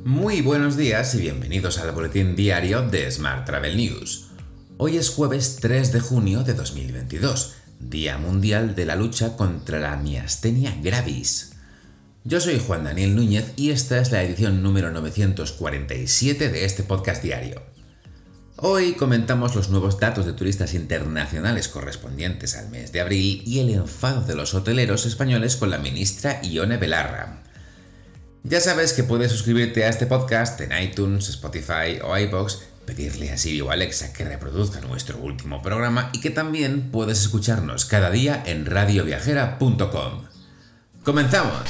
Muy buenos días y bienvenidos al boletín diario de Smart Travel News. Hoy es jueves 3 de junio de 2022, Día Mundial de la Lucha contra la Miastenia Gravis. Yo soy Juan Daniel Núñez y esta es la edición número 947 de este podcast diario. Hoy comentamos los nuevos datos de turistas internacionales correspondientes al mes de abril y el enfado de los hoteleros españoles con la ministra Ione Belarra. Ya sabes que puedes suscribirte a este podcast en iTunes, Spotify o iVoox, pedirle a Siri o Alexa que reproduzca nuestro último programa y que también puedes escucharnos cada día en radioviajera.com. ¡Comenzamos!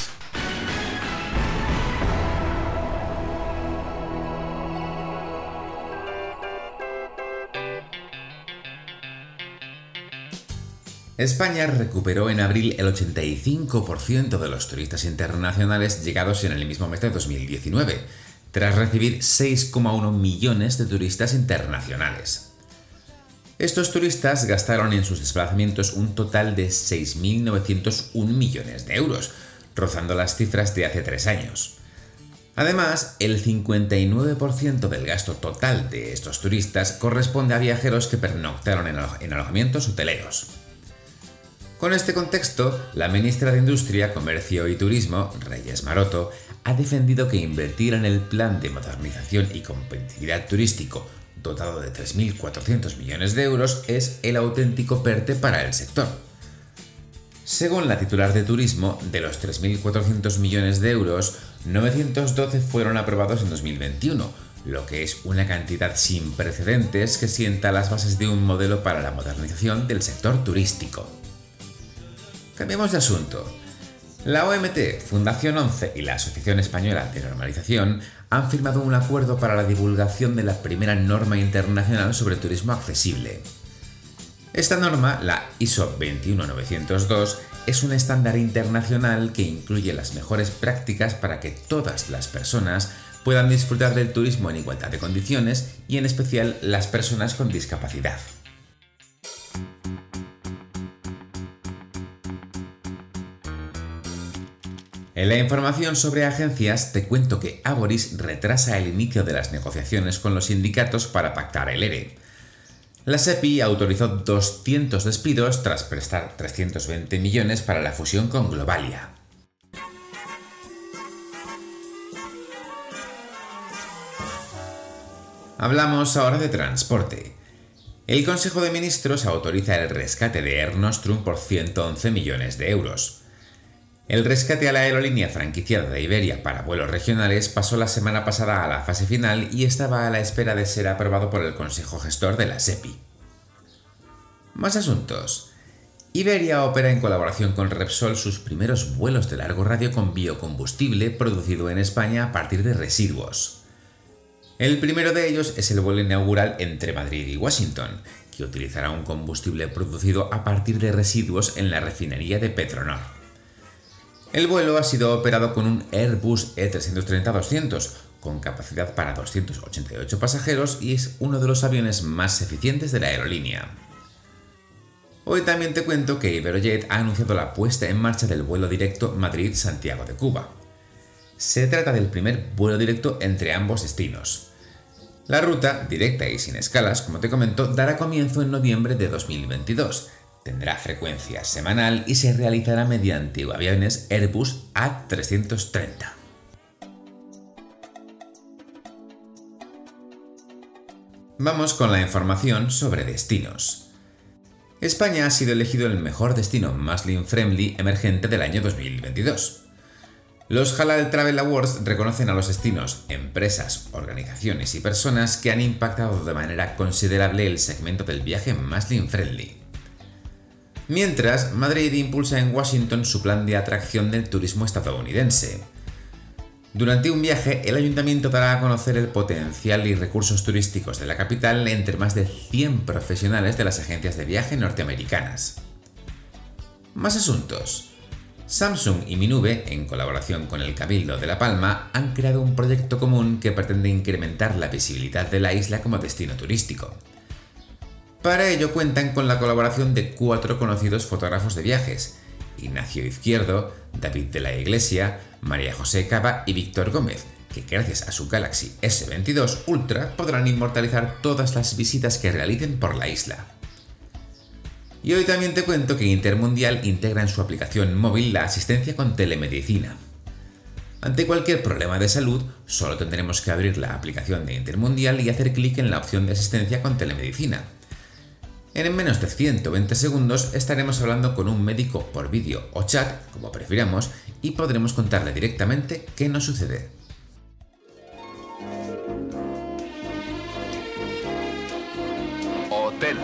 España recuperó en abril el 85% de los turistas internacionales llegados en el mismo mes de 2019, tras recibir 6,1 millones de turistas internacionales. Estos turistas gastaron en sus desplazamientos un total de 6.901 millones de euros, rozando las cifras de hace 3 años. Además, el 59% del gasto total de estos turistas corresponde a viajeros que pernoctaron en alojamientos hoteleros. Con este contexto, la ministra de Industria, Comercio y Turismo, Reyes Maroto, ha defendido que invertir en el Plan de Modernización y Competitividad Turístico, dotado de 3.400 millones de euros, es el auténtico PERTE para el sector. Según la titular de Turismo, de los 3.400 millones de euros, 912 fueron aprobados en 2021, lo que es una cantidad sin precedentes que sienta las bases de un modelo para la modernización del sector turístico. Cambiemos de asunto. La OMT, Fundación 11 y la Asociación Española de Normalización han firmado un acuerdo para la divulgación de la primera norma internacional sobre turismo accesible. Esta norma, la ISO 21902, es un estándar internacional que incluye las mejores prácticas para que todas las personas puedan disfrutar del turismo en igualdad de condiciones y en especial las personas con discapacidad. En la información sobre agencias te cuento que Aboris retrasa el inicio de las negociaciones con los sindicatos para pactar el ERE. La SEPI autorizó 200 despidos tras prestar 320 millones para la fusión con Globalia. Hablamos ahora de transporte. El Consejo de Ministros autoriza el rescate de Air Nostrum por 111 millones de euros. El rescate a la aerolínea franquiciada de Iberia para vuelos regionales pasó la semana pasada a la fase final y estaba a la espera de ser aprobado por el Consejo Gestor de la SEPI. Más asuntos. Iberia opera en colaboración con Repsol sus primeros vuelos de largo radio con biocombustible producido en España a partir de residuos. El primero de ellos es el vuelo inaugural entre Madrid y Washington, que utilizará un combustible producido a partir de residuos en la refinería de Petronor. El vuelo ha sido operado con un Airbus A330-200, con capacidad para 288 pasajeros y es uno de los aviones más eficientes de la aerolínea. Hoy también te cuento que Iberojet ha anunciado la puesta en marcha del vuelo directo Madrid-Santiago de Cuba. Se trata del primer vuelo directo entre ambos destinos. La ruta, directa y sin escalas, como te comento, dará comienzo en noviembre de 2022. Tendrá frecuencia semanal y se realizará mediante aviones Airbus A330. Vamos con la información sobre destinos. España ha sido elegido el mejor destino Muslim Friendly emergente del año 2022. Los Halal Travel Awards reconocen a los destinos, empresas, organizaciones y personas que han impactado de manera considerable el segmento del viaje Muslim Friendly. Mientras, Madrid impulsa en Washington su plan de atracción del turismo estadounidense. Durante un viaje, el ayuntamiento dará a conocer el potencial y recursos turísticos de la capital entre más de 100 profesionales de las agencias de viaje norteamericanas. Más asuntos. Samsung y Minube, en colaboración con el Cabildo de La Palma, han creado un proyecto común que pretende incrementar la visibilidad de la isla como destino turístico. Para ello cuentan con la colaboración de 4 conocidos fotógrafos de viajes, Ignacio Izquierdo, David de la Iglesia, María José Cava y Víctor Gómez, que gracias a su Galaxy S22 Ultra podrán inmortalizar todas las visitas que realicen por la isla. Y hoy también te cuento que Intermundial integra en su aplicación móvil la asistencia con telemedicina. Ante cualquier problema de salud, solo tendremos que abrir la aplicación de Intermundial y hacer clic en la opción de asistencia con telemedicina. En menos de 120 segundos estaremos hablando con un médico por vídeo o chat, como prefiramos, y podremos contarle directamente qué nos sucede. Hotel.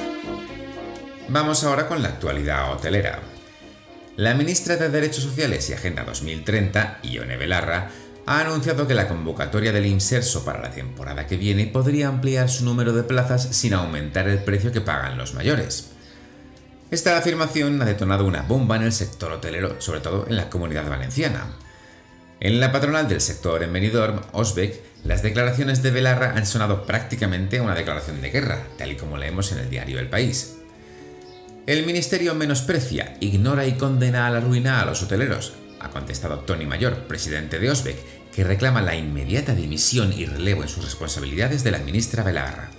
Vamos ahora con la actualidad hotelera. La ministra de Derechos Sociales y Agenda 2030, Ione Belarra, ha anunciado que la convocatoria del Imserso para la temporada que viene podría ampliar su número de plazas sin aumentar el precio que pagan los mayores. Esta afirmación ha detonado una bomba en el sector hotelero, sobre todo en la Comunidad Valenciana. En la patronal del sector en Benidorm, Osbec, las declaraciones de Belarra han sonado prácticamente una declaración de guerra, tal y como leemos en el diario El País. El ministerio menosprecia, ignora y condena a la ruina a los hoteleros, ha contestado Tony Mayor, presidente de Osbec, que reclama la inmediata dimisión y relevo en sus responsabilidades de la ministra Belarra.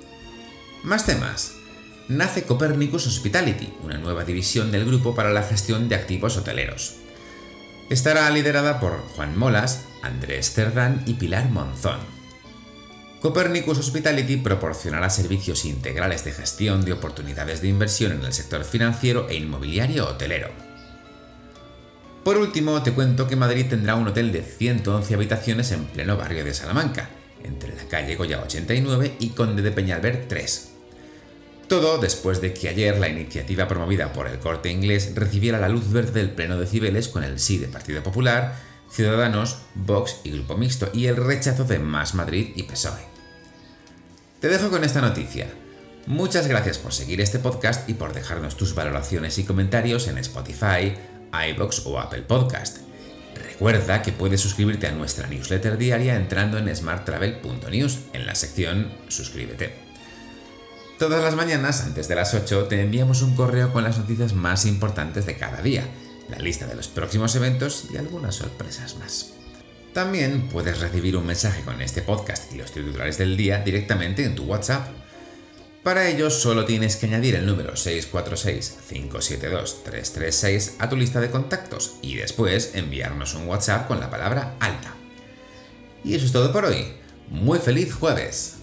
Más temas. Nace Copernicus Hospitality, una nueva división del grupo para la gestión de activos hoteleros. Estará liderada por Juan Molas, Andrés Cerdán y Pilar Monzón. Copernicus Hospitality proporcionará servicios integrales de gestión de oportunidades de inversión en el sector financiero e inmobiliario hotelero. Por último, te cuento que Madrid tendrá un hotel de 111 habitaciones en pleno barrio de Salamanca, entre la calle Goya 89 y Conde de Peñalver 3. Todo después de que ayer la iniciativa promovida por el Corte Inglés recibiera la luz verde del pleno de Cibeles con el sí de Partido Popular, Ciudadanos, Vox y Grupo Mixto y el rechazo de Más Madrid y PSOE. Te dejo con esta noticia. Muchas gracias por seguir este podcast y por dejarnos tus valoraciones y comentarios en Spotify, iVoox o Apple Podcast. Recuerda que puedes suscribirte a nuestra newsletter diaria entrando en smarttravel.news en la sección Suscríbete. Todas las mañanas, antes de las 8, te enviamos un correo con las noticias más importantes de cada día, la lista de los próximos eventos y algunas sorpresas más. También puedes recibir un mensaje con este podcast y los titulares del día directamente en tu WhatsApp. Para ello solo tienes que añadir el número 646-572-336 a tu lista de contactos y después enviarnos un WhatsApp con la palabra alta. Y eso es todo por hoy. ¡Muy feliz jueves!